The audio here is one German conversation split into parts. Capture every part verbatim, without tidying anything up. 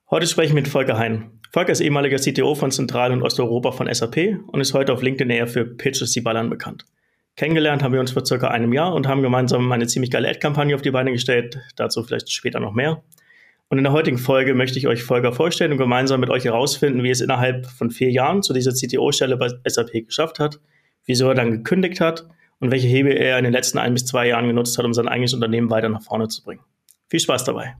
Heute spreche ich mit Volker Hein. Volker ist ehemaliger C T O von Zentral- und Osteuropa von S A P und ist heute auf LinkedIn eher für Pitches, die ballern, bekannt. Kennengelernt haben wir uns vor circa einem Jahr und haben gemeinsam eine ziemlich geile Ad-Kampagne auf die Beine gestellt, dazu vielleicht später noch mehr. Und in der heutigen Folge möchte ich euch Volker vorstellen und gemeinsam mit euch herausfinden, wie es innerhalb von vier Jahren zu dieser C T O-Stelle bei S A P geschafft hat, wieso er dann gekündigt hat und welche Hebel er in den letzten ein bis zwei Jahren genutzt hat, um sein eigenes Unternehmen weiter nach vorne zu bringen. Viel Spaß dabei.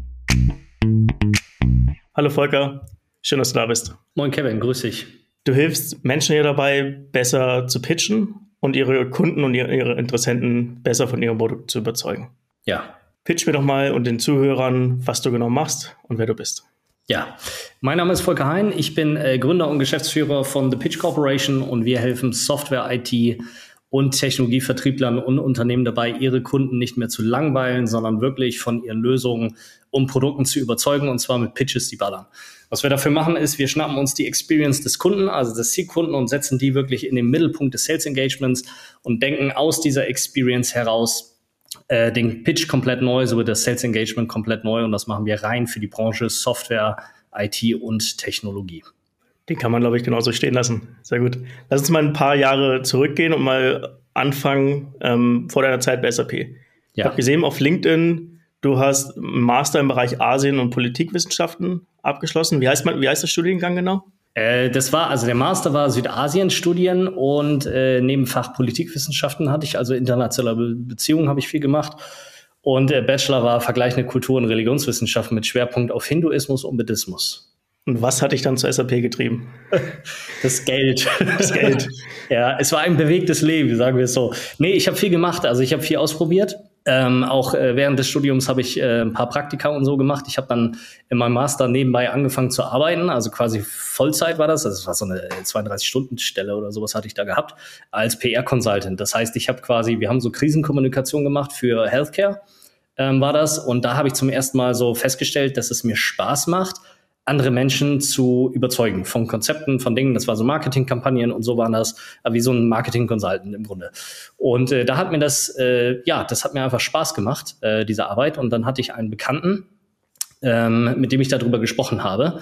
Hallo Volker, schön, dass du da bist. Moin Kevin, grüß dich. Du hilfst Menschen hier dabei, besser zu pitchen und ihre Kunden und ihre Interessenten besser von ihrem Produkt zu überzeugen. Ja. Pitch mir doch mal und den Zuhörern, was du genau machst und wer du bist. Ja, mein Name ist Volker Hein. Ich bin äh, Gründer und Geschäftsführer von The Pitch Corporation und wir helfen Software, I T und Technologievertrieblern und Unternehmen dabei, ihre Kunden nicht mehr zu langweilen, sondern wirklich von ihren Lösungen und Produkten zu überzeugen, und zwar mit Pitches, die ballern. Was wir dafür machen, ist, wir schnappen uns die Experience des Kunden, also des Zielkunden, und setzen die wirklich in den Mittelpunkt des Sales Engagements und denken aus dieser Experience heraus äh, den Pitch komplett neu, sowie das Sales Engagement komplett neu, und das machen wir rein für die Branche Software, I T und Technologie. Den kann man, glaube ich, genauso stehen lassen. Sehr gut. Lass uns mal ein paar Jahre zurückgehen und mal anfangen ähm, vor deiner Zeit bei S A P. Ja. Ich habe gesehen auf LinkedIn, du hast einen Master im Bereich Asien- und Politikwissenschaften abgeschlossen. Wie heißt man, wie heißt der Studiengang genau? Äh, das war, also der Master war Südasien-Studien und äh, Nebenfach Politikwissenschaften hatte ich, also internationale Beziehungen habe ich viel gemacht. Und der Bachelor war vergleichende Kultur- und Religionswissenschaften mit Schwerpunkt auf Hinduismus und Buddhismus. Und was hat dich dann zur S A P getrieben? Das Geld. Das Geld. Ja, es war ein bewegtes Leben, sagen wir es so. Nee, ich habe viel gemacht, also ich habe viel ausprobiert. Ähm, auch äh, während des Studiums habe ich äh, ein paar Praktika und so gemacht. Ich habe dann in meinem Master nebenbei angefangen zu arbeiten, also quasi Vollzeit war das. Also es war so eine zweiunddreißig-Stunden-Stelle oder sowas hatte ich da gehabt, als P R-Consultant. Das heißt, ich habe quasi, wir haben so Krisenkommunikation gemacht für Healthcare, ähm, war das. Und da habe ich zum ersten Mal so festgestellt, dass es mir Spaß macht, andere Menschen zu überzeugen von Konzepten, von Dingen. Das war so Marketingkampagnen und so waren das, wie so ein Marketing-Consultant im Grunde. Und äh, da hat mir das, äh, ja, das hat mir einfach Spaß gemacht, äh, diese Arbeit. Und dann hatte ich einen Bekannten, ähm, mit dem ich darüber gesprochen habe.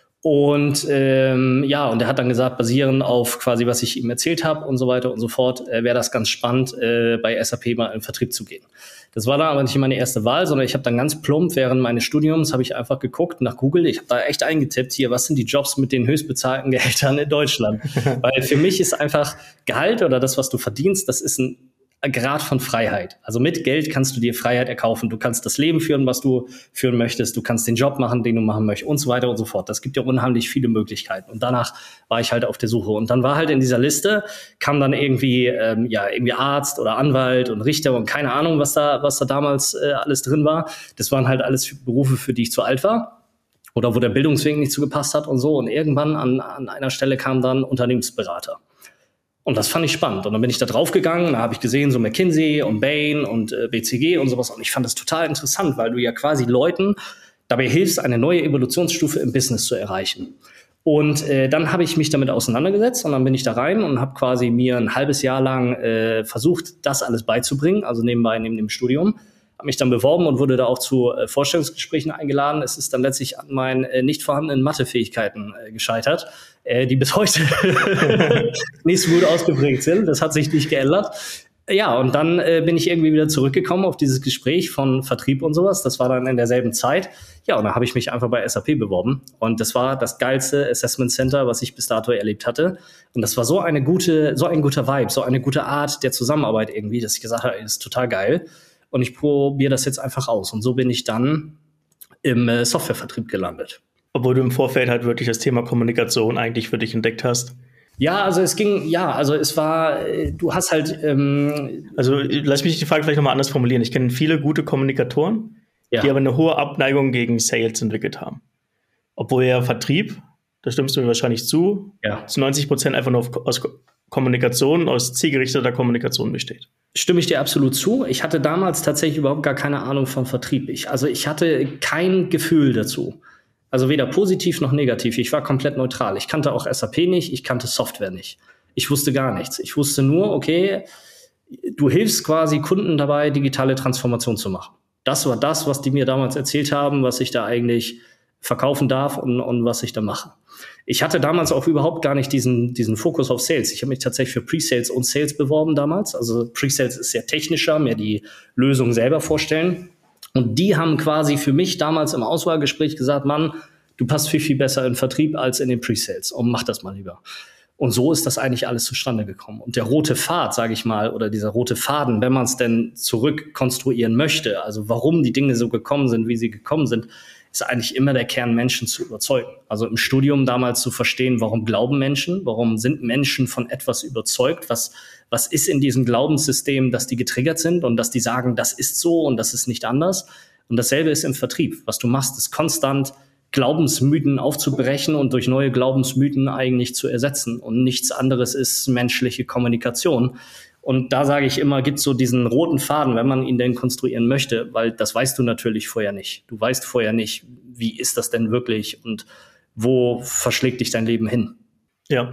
Und ähm, ja, und er hat dann gesagt, basierend auf quasi, was ich ihm erzählt habe und so weiter und so fort, äh, wäre das ganz spannend, äh, bei S A P mal in den Vertrieb zu gehen. Das war dann aber nicht meine erste Wahl, sondern ich habe dann ganz plump während meines Studiums habe ich einfach geguckt nach Google. Ich habe da echt eingetippt hier, was sind die Jobs mit den höchstbezahlten Gehältern in Deutschland? Weil für mich ist einfach Gehalt oder das, was du verdienst, das ist ein Grad von Freiheit. Also mit Geld kannst du dir Freiheit erkaufen. Du kannst das Leben führen, was du führen möchtest. Du kannst den Job machen, den du machen möchtest und so weiter und so fort. Das gibt dir unheimlich viele Möglichkeiten. Und danach war ich halt auf der Suche. Und dann war halt in dieser Liste, kam dann irgendwie, ähm, ja, irgendwie Arzt oder Anwalt und Richter und keine Ahnung, was da, was da damals äh, alles drin war. Das waren halt alles Berufe, für die ich zu alt war. Oder wo der Bildungsweg nicht zugepasst hat und so. Und irgendwann an, an einer Stelle kam dann Unternehmensberater. Und das fand ich spannend. Und dann bin ich da drauf gegangen, da habe ich gesehen, so McKinsey und Bain und äh, B C G und sowas. Und ich fand das total interessant, weil du ja quasi Leuten dabei hilfst, eine neue Evolutionsstufe im Business zu erreichen. Und äh, dann habe ich mich damit auseinandergesetzt und dann bin ich da rein und habe quasi mir ein halbes Jahr lang äh, versucht, das alles beizubringen, also nebenbei neben dem Studium. Habe mich dann beworben und wurde da auch zu äh, Vorstellungsgesprächen eingeladen. Es ist dann letztlich an meinen äh, nicht vorhandenen Mathefähigkeiten äh, gescheitert, äh, die bis heute nicht so gut ausgeprägt sind. Das hat sich nicht geändert. Ja, und dann äh, bin ich irgendwie wieder zurückgekommen auf dieses Gespräch von Vertrieb und sowas. Das war dann in derselben Zeit. Ja, und dann habe ich mich einfach bei S A P beworben. Und das war das geilste Assessment Center, was ich bis dato erlebt hatte. Und das war so eine gute, so ein guter Vibe, so eine gute Art der Zusammenarbeit irgendwie, dass ich gesagt habe, das ist total geil. Und ich probiere das jetzt einfach aus. Und so bin ich dann im äh, Softwarevertrieb gelandet. Obwohl du im Vorfeld halt wirklich das Thema Kommunikation eigentlich für dich entdeckt hast. Ja, also es ging, ja, also es war, du hast halt... Ähm, also lass mich die Frage vielleicht nochmal anders formulieren. Ich kenne viele gute Kommunikatoren, ja, die aber eine hohe Abneigung gegen Sales entwickelt haben. Obwohl ja Vertrieb, da stimmst du mir wahrscheinlich zu, ja, zu neunzig Prozent einfach nur aus Kommunikation, aus zielgerichteter Kommunikation besteht. Stimme ich dir absolut zu. Ich hatte damals tatsächlich überhaupt gar keine Ahnung von Vertrieb. Ich, also ich hatte kein Gefühl dazu. Also weder positiv noch negativ. Ich war komplett neutral. Ich kannte auch S A P nicht, ich kannte Software nicht. Ich wusste gar nichts. Ich wusste nur, okay, du hilfst quasi Kunden dabei, digitale Transformation zu machen. Das war das, was die mir damals erzählt haben, was ich da eigentlich verkaufen darf und, und was ich da mache. Ich hatte damals auch überhaupt gar nicht diesen, diesen Fokus auf Sales. Ich habe mich tatsächlich für Pre-Sales und Sales beworben damals. Also Pre-Sales ist sehr technischer, mehr die Lösung selber vorstellen. Und die haben quasi für mich damals im Auswahlgespräch gesagt, Mann, du passt viel, viel besser in Vertrieb als in den Pre-Sales und mach das mal lieber. Und so ist das eigentlich alles zustande gekommen. Und der rote Pfad, sage ich mal, oder dieser rote Faden, wenn man es denn zurückkonstruieren möchte, also warum die Dinge so gekommen sind, wie sie gekommen sind, ist eigentlich immer der Kern, Menschen zu überzeugen. Also im Studium damals zu verstehen, warum glauben Menschen, warum sind Menschen von etwas überzeugt, was, was ist in diesem Glaubenssystem, dass die getriggert sind und dass die sagen, das ist so und das ist nicht anders. Und dasselbe ist im Vertrieb. Was du machst, ist konstant Glaubensmythen aufzubrechen und durch neue Glaubensmythen eigentlich zu ersetzen. Und nichts anderes ist menschliche Kommunikation. Und da sage ich immer, gibt es so diesen roten Faden, wenn man ihn denn konstruieren möchte, weil das weißt du natürlich vorher nicht. Du weißt vorher nicht, wie ist das denn wirklich und wo verschlägt dich dein Leben hin. Ja.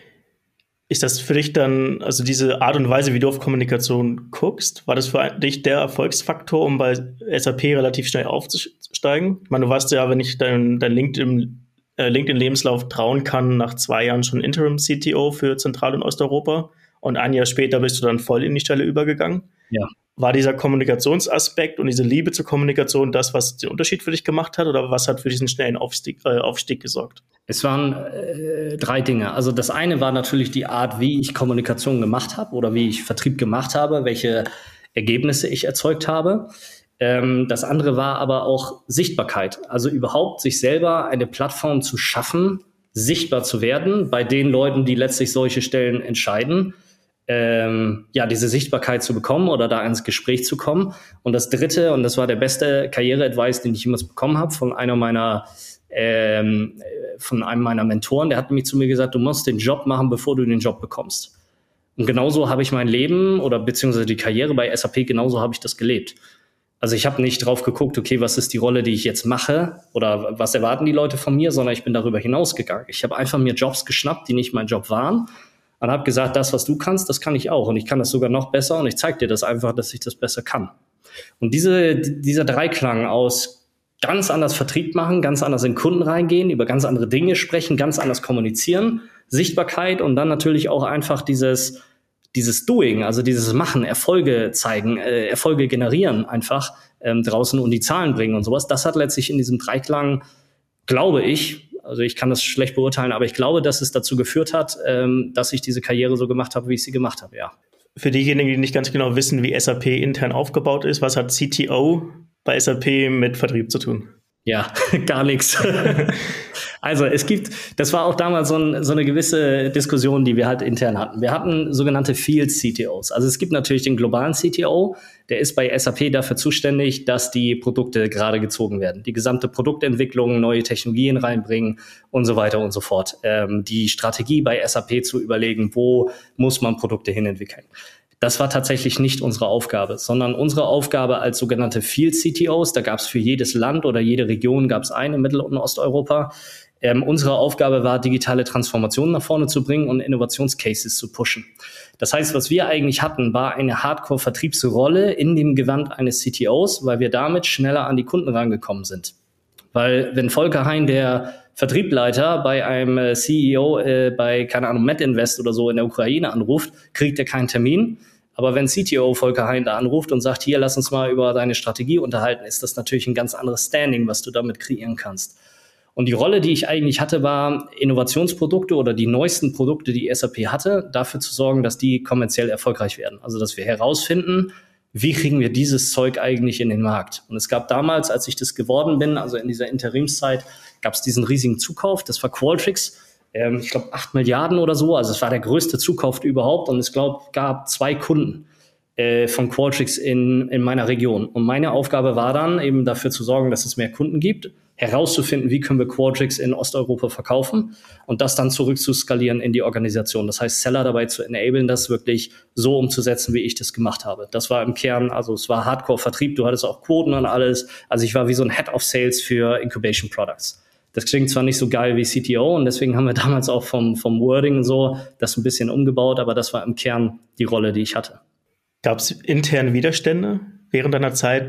Ist das für dich dann, also diese Art und Weise, wie du auf Kommunikation guckst, war das für dich der Erfolgsfaktor, um bei S A P relativ schnell aufzusteigen? Ich meine, du warst ja, wenn ich dein, dein LinkedIn, äh, LinkedIn-Lebenslauf trauen kann, nach zwei Jahren schon Interim-C T O für Zentral- und Osteuropa. Und ein Jahr später bist du dann voll in die Stelle übergegangen. Ja. War dieser Kommunikationsaspekt und diese Liebe zur Kommunikation das, was den Unterschied für dich gemacht hat? Oder was hat für diesen schnellen Aufstieg, äh, Aufstieg gesorgt? Es waren äh, drei Dinge. Also das eine war natürlich die Art, wie ich Kommunikation gemacht habe oder wie ich Vertrieb gemacht habe, welche Ergebnisse ich erzeugt habe. Ähm, das andere war aber auch Sichtbarkeit. Also überhaupt sich selber eine Plattform zu schaffen, sichtbar zu werden bei den Leuten, die letztlich solche Stellen entscheiden. Ähm, ja, diese Sichtbarkeit zu bekommen oder da ins Gespräch zu kommen. Und das dritte, und das war der beste Karriere-Advice, den ich jemals bekommen habe, von einer meiner, ähm, von einem meiner Mentoren, der hat nämlich zu mir gesagt, du musst den Job machen, bevor du den Job bekommst. Und genauso habe ich mein Leben oder beziehungsweise die Karriere bei S A P, genauso habe ich das gelebt. Also ich habe nicht drauf geguckt, okay, was ist die Rolle, die ich jetzt mache oder was erwarten die Leute von mir, sondern ich bin darüber hinausgegangen. Ich habe einfach mir Jobs geschnappt, die nicht mein Job waren. Und habe gesagt, das, was du kannst, das kann ich auch. Und ich kann das sogar noch besser. Und ich zeige dir das einfach, dass ich das besser kann. Und diese, dieser Dreiklang aus ganz anders Vertrieb machen, ganz anders in Kunden reingehen, über ganz andere Dinge sprechen, ganz anders kommunizieren, Sichtbarkeit und dann natürlich auch einfach dieses, dieses Doing, also dieses Machen, Erfolge zeigen, äh, Erfolge generieren einfach ähm, draußen und die Zahlen bringen und sowas. Das hat letztlich in diesem Dreiklang, glaube ich, also ich kann das schlecht beurteilen, aber ich glaube, dass es dazu geführt hat, ähm, dass ich diese Karriere so gemacht habe, wie ich sie gemacht habe, ja. Für diejenigen, die nicht ganz genau wissen, wie S A P intern aufgebaut ist, was hat C T O bei S A P mit Vertrieb zu tun? Ja, gar nichts. Also es gibt, das war auch damals so, ein, so eine gewisse Diskussion, die wir halt intern hatten. Wir hatten sogenannte Field C T Os. Also es gibt natürlich den globalen C T O, der ist bei S A P dafür zuständig, dass die Produkte gerade gezogen werden. Die gesamte Produktentwicklung, neue Technologien reinbringen und so weiter und so fort. Ähm, die Strategie bei S A P zu überlegen, wo muss man Produkte hinentwickeln. Das war tatsächlich nicht unsere Aufgabe, sondern unsere Aufgabe als sogenannte Field C T Os, da gab es für jedes Land oder jede Region gab es einen in Mittel- und Osteuropa. Ähm, unsere Aufgabe war, digitale Transformationen nach vorne zu bringen und Innovationscases zu pushen. Das heißt, was wir eigentlich hatten, war eine Hardcore-Vertriebsrolle in dem Gewand eines C T Os, weil wir damit schneller an die Kunden rangekommen sind. Weil wenn Volker Hein, der Vertriebleiter bei einem C E O äh, bei, keine Ahnung, MedInvest oder so in der Ukraine anruft, kriegt er keinen Termin. Aber wenn C T O Volker Hein da anruft und sagt, hier, lass uns mal über deine Strategie unterhalten, ist das natürlich ein ganz anderes Standing, was du damit kreieren kannst. Und die Rolle, die ich eigentlich hatte, war, Innovationsprodukte oder die neuesten Produkte, die S A P hatte, dafür zu sorgen, dass die kommerziell erfolgreich werden. Also, dass wir herausfinden, wie kriegen wir dieses Zeug eigentlich in den Markt? Und es gab damals, als ich das geworden bin, also in dieser Interimszeit, gab es diesen riesigen Zukauf. Das war Qualtrics. Ähm, ich glaube, acht Milliarden oder so. Also es war der größte Zukauf überhaupt. Und es glaub, gab zwei Kunden äh, von Qualtrics in, in meiner Region. Und meine Aufgabe war dann, eben dafür zu sorgen, dass es mehr Kunden gibt, herauszufinden, wie können wir Qualtrics in Osteuropa verkaufen und das dann zurück zu skalieren in die Organisation. Das heißt, Seller dabei zu enablen, das wirklich so umzusetzen, wie ich das gemacht habe. Das war im Kern, also es war Hardcore-Vertrieb, du hattest auch Quoten und alles. Also ich war wie so ein Head of Sales für Incubation Products. Das klingt zwar nicht so geil wie C T O und deswegen haben wir damals auch vom, vom Wording so das ein bisschen umgebaut, aber das war im Kern die Rolle, die ich hatte. Gab es interne Widerstände während deiner Zeit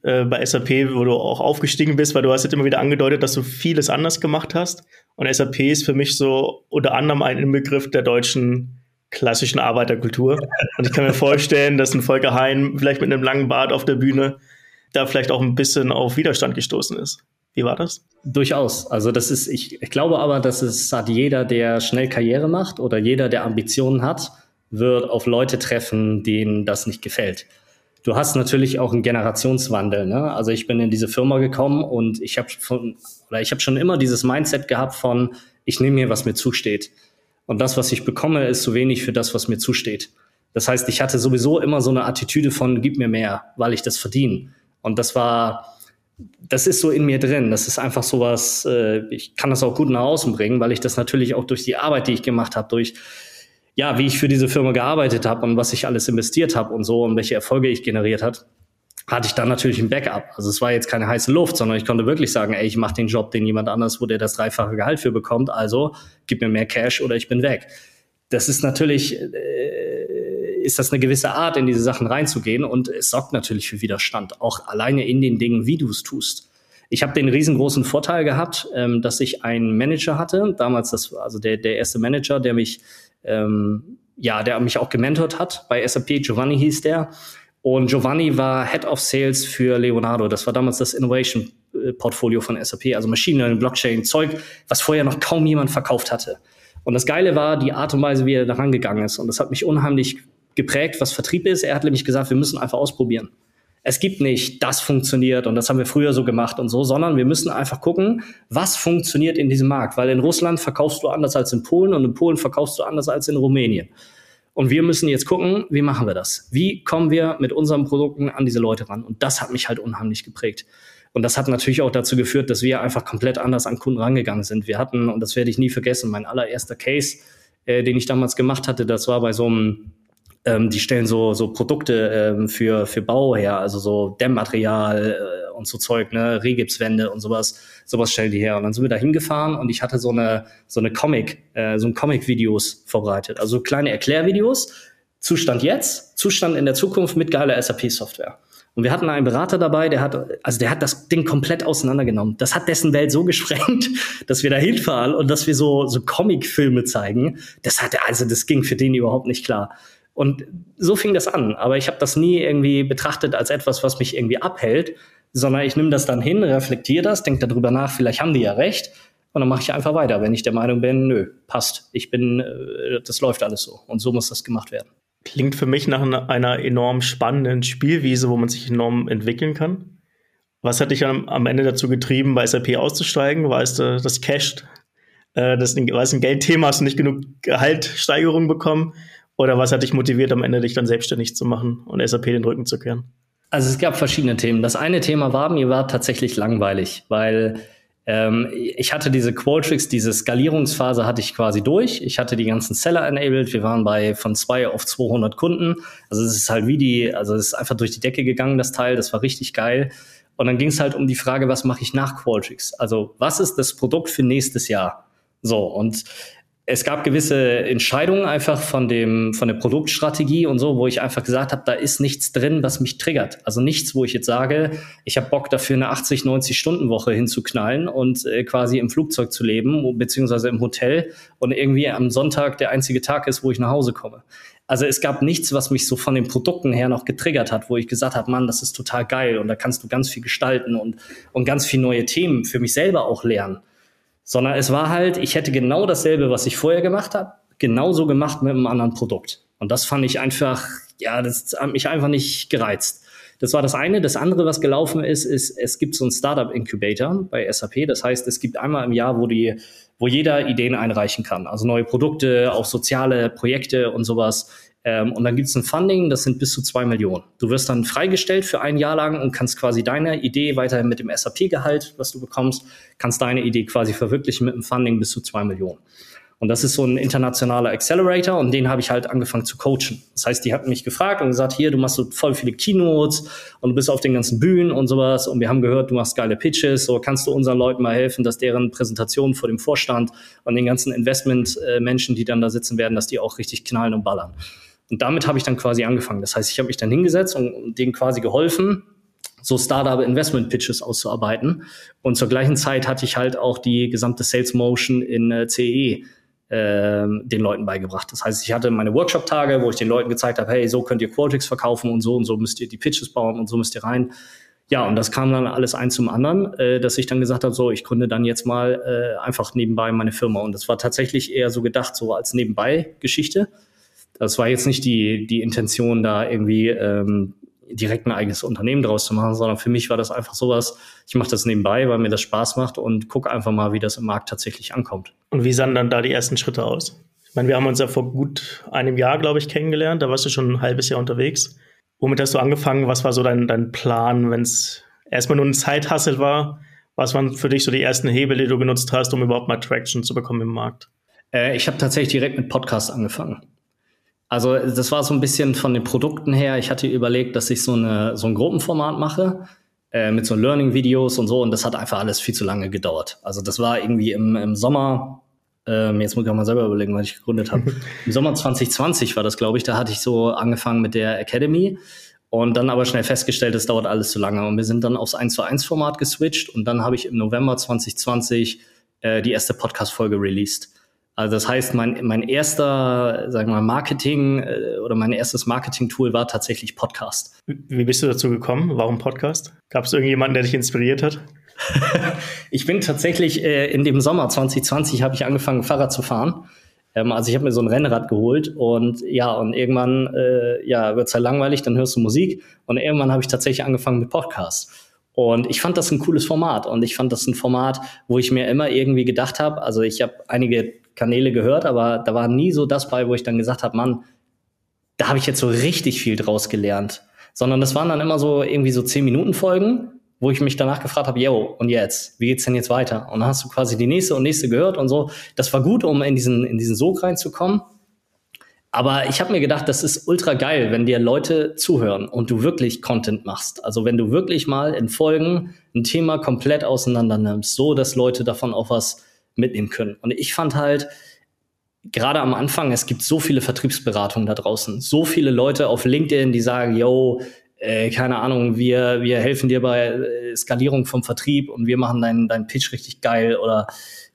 äh, bei S A P, wo du auch aufgestiegen bist, weil du hast jetzt immer wieder angedeutet, dass du vieles anders gemacht hast. Und S A P ist für mich so unter anderem ein Inbegriff der deutschen klassischen Arbeiterkultur. Und ich kann mir vorstellen, dass ein Volker Hein vielleicht mit einem langen Bart auf der Bühne da vielleicht auch ein bisschen auf Widerstand gestoßen ist. Wie war das? Durchaus. Also das ist, ich, ich glaube aber, dass es hat jeder, der schnell Karriere macht oder jeder, der Ambitionen hat, wird auf Leute treffen, denen das nicht gefällt. Du hast natürlich auch einen Generationswandel, ne? Also ich bin in diese Firma gekommen und ich habe von, oder ich habe schon immer dieses Mindset gehabt von, ich nehme mir, was mir zusteht. Und das, was ich bekomme, ist zu wenig für das, was mir zusteht. Das heißt, ich hatte sowieso immer so eine Attitüde von, gib mir mehr, weil ich das verdiene. Und das war, das ist so in mir drin. Das ist einfach sowas, äh, ich kann das auch gut nach außen bringen, weil ich das natürlich auch durch die Arbeit, die ich gemacht habe, durch, ja, wie ich für diese Firma gearbeitet habe und was ich alles investiert habe und so und welche Erfolge ich generiert habe, hatte ich dann natürlich ein Backup. Also es war jetzt keine heiße Luft, sondern ich konnte wirklich sagen, ey, ich mache den Job, den jemand anders, wo der das dreifache Gehalt für bekommt, also gib mir mehr Cash oder ich bin weg. Das ist natürlich, äh, ist das eine gewisse Art, in diese Sachen reinzugehen und es sorgt natürlich für Widerstand, auch alleine in den Dingen, wie du es tust. Ich habe den riesengroßen Vorteil gehabt, ähm, dass ich einen Manager hatte, damals das, also der, der erste Manager, der mich Ähm, ja, der mich auch gementort hat bei S A P, Giovanni hieß der. Und Giovanni war Head of Sales für Leonardo. Das war damals das Innovation-Portfolio von S A P, also Machine Learning, Blockchain, Zeug, was vorher noch kaum jemand verkauft hatte. Und das Geile war die Art und Weise, wie er da rangegangen ist. Und das hat mich unheimlich geprägt, was Vertrieb ist. Er hat nämlich gesagt, wir müssen einfach ausprobieren. Es gibt nicht, das funktioniert und das haben wir früher so gemacht und so, sondern wir müssen einfach gucken, was funktioniert in diesem Markt. Weil in Russland verkaufst du anders als in Polen und in Polen verkaufst du anders als in Rumänien. Und wir müssen jetzt gucken, wie machen wir das? Wie kommen wir mit unseren Produkten an diese Leute ran? Und das hat mich halt unheimlich geprägt. Und das hat natürlich auch dazu geführt, dass wir einfach komplett anders an Kunden rangegangen sind. Wir hatten, und das werde ich nie vergessen, mein allererster Case, äh, den ich damals gemacht hatte, das war bei so einem Ähm, die stellen so so Produkte ähm, für für Bau her, also so Dämmmaterial äh, und so Zeug, ne, Rehgipswände und sowas, sowas stellen die her. Und dann sind wir da hingefahren und ich hatte so eine so eine Comic, äh, so ein Comic-Videos vorbereitet, also kleine Erklärvideos, Zustand jetzt, Zustand in der Zukunft mit geiler S A P-Software. Und wir hatten einen Berater dabei, der hat, also der hat das Ding komplett auseinandergenommen. Das hat dessen Welt so gesprengt, dass wir da hinfahren und dass wir so so Comic-Filme zeigen. Das hatte, also das ging für den überhaupt nicht klar. Und so fing das an. Aber ich habe das nie irgendwie betrachtet als etwas, was mich irgendwie abhält, sondern ich nehme das dann hin, reflektiere das, denke darüber nach, vielleicht haben die ja recht. Und dann mache ich einfach weiter, wenn ich der Meinung bin, nö, passt. Ich bin, äh, das läuft alles so. Und so muss das gemacht werden. Klingt für mich nach einer, einer enorm spannenden Spielwiese, wo man sich enorm entwickeln kann. Was hat dich am, am Ende dazu getrieben, bei S A P auszusteigen? War es äh, das Cash? Äh, das, war es ein Geldthema? Hast du nicht genug Gehaltsteigerung bekommen? Oder was hat dich motiviert, am Ende dich dann selbstständig zu machen und S A P den Rücken zu kehren? Also es gab verschiedene Themen. Das eine Thema war, mir war tatsächlich langweilig, weil ähm, ich hatte diese Qualtrics, diese Skalierungsphase hatte ich quasi durch. Ich hatte die ganzen Seller enabled. Wir waren bei von zwei auf zweihundert Kunden. Also es ist halt wie die, also es ist einfach durch die Decke gegangen, das Teil. Das war richtig geil. Und dann ging es halt um die Frage, was mache ich nach Qualtrics? Also was ist das Produkt für nächstes Jahr? So, und es gab gewisse Entscheidungen einfach von dem von der Produktstrategie und so, wo ich einfach gesagt habe, da ist nichts drin, was mich triggert. Also nichts, wo ich jetzt sage, ich habe Bock dafür eine achtzig, neunzig Stunden Woche hinzuknallen und äh, quasi im Flugzeug zu leben, beziehungsweise im Hotel und irgendwie am Sonntag der einzige Tag ist, wo ich nach Hause komme. Also es gab nichts, was mich so von den Produkten her noch getriggert hat, wo ich gesagt habe, Mann, das ist total geil und da kannst du ganz viel gestalten und und ganz viel neue Themen für mich selber auch lernen. Sondern es war halt, ich hätte genau dasselbe, was ich vorher gemacht habe, genauso gemacht mit einem anderen Produkt. Und das fand ich einfach, ja, das hat mich einfach nicht gereizt. Das war das eine. Das andere, was gelaufen ist, ist, es gibt so einen Startup-Incubator bei S A P. Das heißt, es gibt einmal im Jahr, wo die, wo jeder Ideen einreichen kann. Also neue Produkte, auch soziale Projekte und sowas. Ähm, und dann gibt es ein Funding, das sind bis zu zwei Millionen. Du wirst dann freigestellt für ein Jahr lang und kannst quasi deine Idee weiterhin mit dem S A P-Gehalt, was du bekommst, kannst deine Idee quasi verwirklichen mit einem Funding bis zu zwei Millionen. Und das ist so ein internationaler Accelerator und den habe ich halt angefangen zu coachen. Das heißt, die hatten mich gefragt und gesagt, hier, du machst so voll viele Keynotes und du bist auf den ganzen Bühnen und sowas und wir haben gehört, du machst geile Pitches, so kannst du unseren Leuten mal helfen, dass deren Präsentationen vor dem Vorstand und den ganzen Investment-Menschen, die dann da sitzen werden, dass die auch richtig knallen und ballern. Und damit habe ich dann quasi angefangen. Das heißt, ich habe mich dann hingesetzt und denen quasi geholfen, so Startup-Investment-Pitches auszuarbeiten. Und zur gleichen Zeit hatte ich halt auch die gesamte Sales Motion in äh, C E äh, den Leuten beigebracht. Das heißt, ich hatte meine Workshop-Tage, wo ich den Leuten gezeigt habe, hey, so könnt ihr Quotex verkaufen und so und so müsst ihr die Pitches bauen und so müsst ihr rein. Ja, und das kam dann alles eins zum anderen, äh, dass ich dann gesagt habe, so, ich gründe dann jetzt mal äh, einfach nebenbei meine Firma. Und das war tatsächlich eher so gedacht, so als Nebenbei-Geschichte. Das war jetzt nicht die, die Intention, da irgendwie ähm, direkt ein eigenes Unternehmen draus zu machen, sondern für mich war das einfach sowas, ich mache das nebenbei, weil mir das Spaß macht und gucke einfach mal, wie das im Markt tatsächlich ankommt. Und wie sahen dann da die ersten Schritte aus? Ich meine, wir haben uns ja vor gut einem Jahr, glaube ich, kennengelernt. Da warst du schon ein halbes Jahr unterwegs. Womit hast du angefangen? Was war so dein, dein Plan, wenn es erstmal nur ein Side-Hustle war? Was waren für dich so die ersten Hebel, die du genutzt hast, um überhaupt mal Traction zu bekommen im Markt? Äh, ich habe tatsächlich direkt mit Podcast angefangen. Also das war so ein bisschen von den Produkten her. Ich hatte überlegt, dass ich so, eine, so ein Gruppenformat mache äh, mit so Learning-Videos und so. Und das hat einfach alles viel zu lange gedauert. Also das war irgendwie im, im Sommer, ähm, jetzt muss ich auch mal selber überlegen, was ich gegründet habe. Im Sommer zwanzig zwanzig war das, glaube ich. Da hatte ich so angefangen mit der Academy und dann aber schnell festgestellt, das dauert alles zu lange. Und wir sind dann aufs eins zu eins Format geswitcht. Und dann habe ich im November zwanzig zwanzig äh, die erste Podcast-Folge released. Also das heißt, mein mein erster, sagen wir mal, Marketing äh, oder mein erstes Marketing-Tool war tatsächlich Podcast. Wie bist du dazu gekommen? Warum Podcast? Gab es irgendjemanden, der dich inspiriert hat? Ich bin tatsächlich äh, in dem Sommer zwanzig zwanzig habe ich angefangen, Fahrrad zu fahren. Ähm, also ich habe mir so ein Rennrad geholt und ja, und irgendwann äh, ja, wird's halt langweilig, dann hörst du Musik und irgendwann habe ich tatsächlich angefangen mit Podcasts. Und ich fand das ein cooles Format und ich fand das ein Format, wo ich mir immer irgendwie gedacht habe, also ich habe einige Kanäle gehört, aber da war nie so das bei, wo ich dann gesagt habe, Mann, da habe ich jetzt so richtig viel draus gelernt. Sondern das waren dann immer so irgendwie so zehn Minuten Folgen, wo ich mich danach gefragt habe, yo, und jetzt? Wie geht's denn jetzt weiter? Und dann hast du quasi die nächste und nächste gehört und so. Das war gut, um in diesen, in diesen Sog reinzukommen. Aber ich habe mir gedacht, das ist ultra geil, wenn dir Leute zuhören und du wirklich Content machst. Also wenn du wirklich mal in Folgen ein Thema komplett auseinander nimmst, so dass Leute davon auch was mitnehmen können. Und ich fand halt, gerade am Anfang, es gibt so viele Vertriebsberatungen da draußen, so viele Leute auf LinkedIn, die sagen, yo, äh, keine Ahnung, wir wir helfen dir bei äh, Skalierung vom Vertrieb und wir machen deinen deinen Pitch richtig geil oder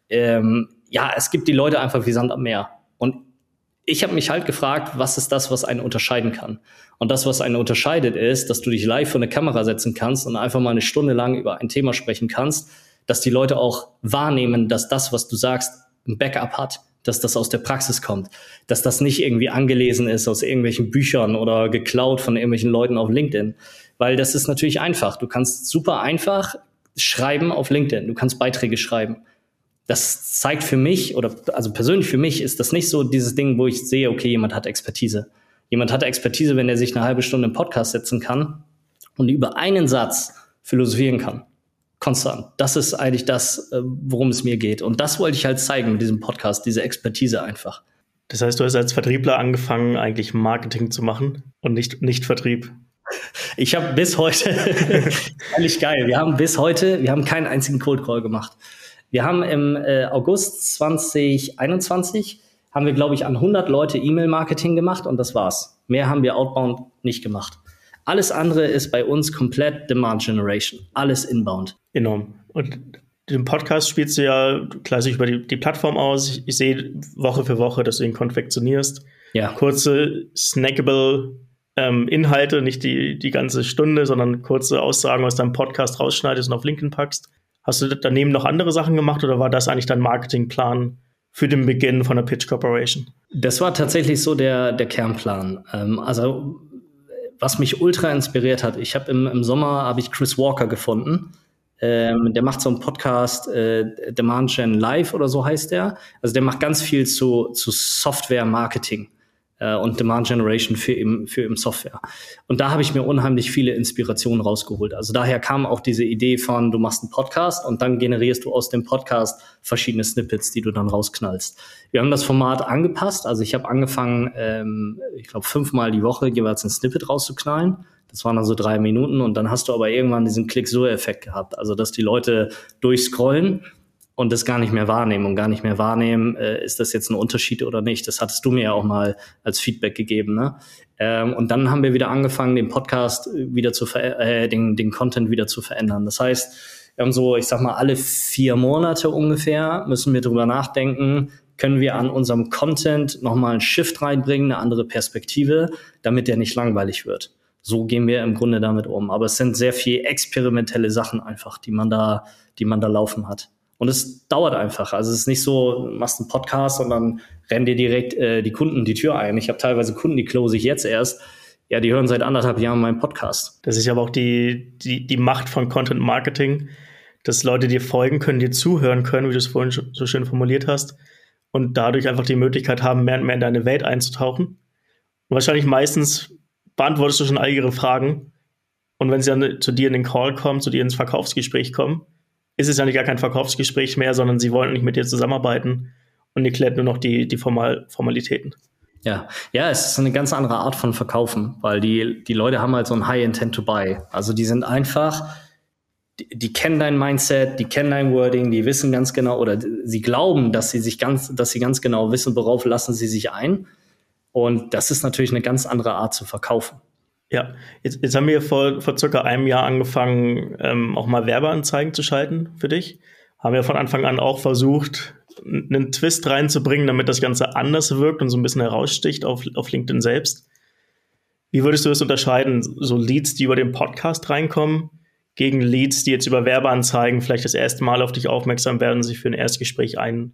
ähm, ja, es gibt die Leute einfach wie Sand am Meer. Und ich habe mich halt gefragt, was ist das, was einen unterscheiden kann? Und das, was einen unterscheidet, ist, dass du dich live vor eine Kamera setzen kannst und einfach mal eine Stunde lang über ein Thema sprechen kannst, dass die Leute auch wahrnehmen, dass das, was du sagst, ein Backup hat, dass das aus der Praxis kommt, dass das nicht irgendwie angelesen ist aus irgendwelchen Büchern oder geklaut von irgendwelchen Leuten auf LinkedIn. Weil das ist natürlich einfach. Du kannst super einfach schreiben auf LinkedIn. Du kannst Beiträge schreiben. Das zeigt für mich, oder also persönlich für mich, ist das nicht so dieses Ding, wo ich sehe, okay, jemand hat Expertise. Jemand hat Expertise, wenn er sich eine halbe Stunde im Podcast setzen kann und über einen Satz philosophieren kann. Konstant. Das ist eigentlich das, worum es mir geht. Und das wollte ich halt zeigen mit diesem Podcast, diese Expertise einfach. Das heißt, du hast als Vertriebler angefangen, eigentlich Marketing zu machen und nicht, nicht Vertrieb. Ich habe bis heute, ehrlich geil, wir haben bis heute, wir haben keinen einzigen Cold Call gemacht. Wir haben im äh, August zwanzig einundzwanzig, haben wir, glaube ich, an hundert Leute E-Mail-Marketing gemacht und das war's. Mehr haben wir outbound nicht gemacht. Alles andere ist bei uns komplett Demand Generation. Alles inbound. Enorm. Und den Podcast spielst du ja klassisch über die, die Plattform aus. Ich, ich sehe Woche für Woche, dass du ihn konfektionierst. Ja. Kurze, snackable ähm, Inhalte, nicht die, die ganze Stunde, sondern kurze Aussagen aus deinem Podcast rausschneidest und auf LinkedIn packst. Hast du daneben noch andere Sachen gemacht oder war das eigentlich dein Marketingplan für den Beginn von der Pitch Corporation? Das war tatsächlich so der, der Kernplan. Ähm, also was mich ultra inspiriert hat, ich habe im, im Sommer habe ich Chris Walker gefunden. Ähm, der macht so einen Podcast, äh, Demand Gen Live oder so heißt der. Also der macht ganz viel zu, zu Software-Marketing äh, und Demand Generation für eben, für eben Software. Und da habe ich mir unheimlich viele Inspirationen rausgeholt. Also daher kam auch diese Idee von, du machst einen Podcast und dann generierst du aus dem Podcast verschiedene Snippets, die du dann rausknallst. Wir haben das Format angepasst. Also ich habe angefangen, ähm, ich glaube fünfmal die Woche jeweils ein Snippet rauszuknallen. Das waren dann so drei Minuten und dann hast du aber irgendwann diesen Click-So-Effekt gehabt. Also dass die Leute durchscrollen und das gar nicht mehr wahrnehmen und gar nicht mehr wahrnehmen, äh, ist das jetzt ein Unterschied oder nicht. Das hattest du mir ja auch mal als Feedback gegeben, ne? Ähm, und dann haben wir wieder angefangen, den Podcast wieder zu ver- äh, den, den Content wieder zu verändern. Das heißt, wir haben so, ich sag mal, alle vier Monate ungefähr müssen wir drüber nachdenken, können wir an unserem Content nochmal einen Shift reinbringen, eine andere Perspektive, damit der nicht langweilig wird. So gehen wir im Grunde damit um. Aber es sind sehr viel experimentelle Sachen einfach, die man da, die man da laufen hat. Und es dauert einfach. Also es ist nicht so, du machst einen Podcast und dann rennen dir direkt äh, die Kunden die Tür ein. Ich habe teilweise Kunden, die close ich jetzt erst. Ja, die hören seit anderthalb Jahren meinen Podcast. Das ist aber auch die, die, die Macht von Content Marketing, dass Leute dir folgen können, dir zuhören können, wie du es vorhin so schön formuliert hast, und dadurch einfach die Möglichkeit haben, mehr und mehr in deine Welt einzutauchen. Und wahrscheinlich meistens beantwortest du schon all ihre Fragen. Und wenn sie dann zu dir in den Call kommen, zu dir ins Verkaufsgespräch kommen, ist es ja nicht gar kein Verkaufsgespräch mehr, sondern sie wollen nicht mit dir zusammenarbeiten und ihr klärt nur noch die, die Formal- Formalitäten. Ja, ja, es ist eine ganz andere Art von Verkaufen, weil die, die Leute haben halt so ein High Intent to Buy. Also die sind einfach, die, die kennen dein Mindset, die kennen dein Wording, die wissen ganz genau, oder sie glauben, dass sie sich ganz, dass sie ganz genau wissen, worauf lassen sie sich ein. Und das ist natürlich eine ganz andere Art zu verkaufen. Ja, jetzt, jetzt haben wir vor, vor circa einem Jahr angefangen, ähm, auch mal Werbeanzeigen zu schalten für dich. Haben wir von Anfang an auch versucht, einen Twist reinzubringen, damit das Ganze anders wirkt und so ein bisschen heraussticht auf, auf LinkedIn selbst. Wie würdest du das unterscheiden? So Leads, die über den Podcast reinkommen, gegen Leads, die jetzt über Werbeanzeigen vielleicht das erste Mal auf dich aufmerksam werden und sich für ein Erstgespräch ein,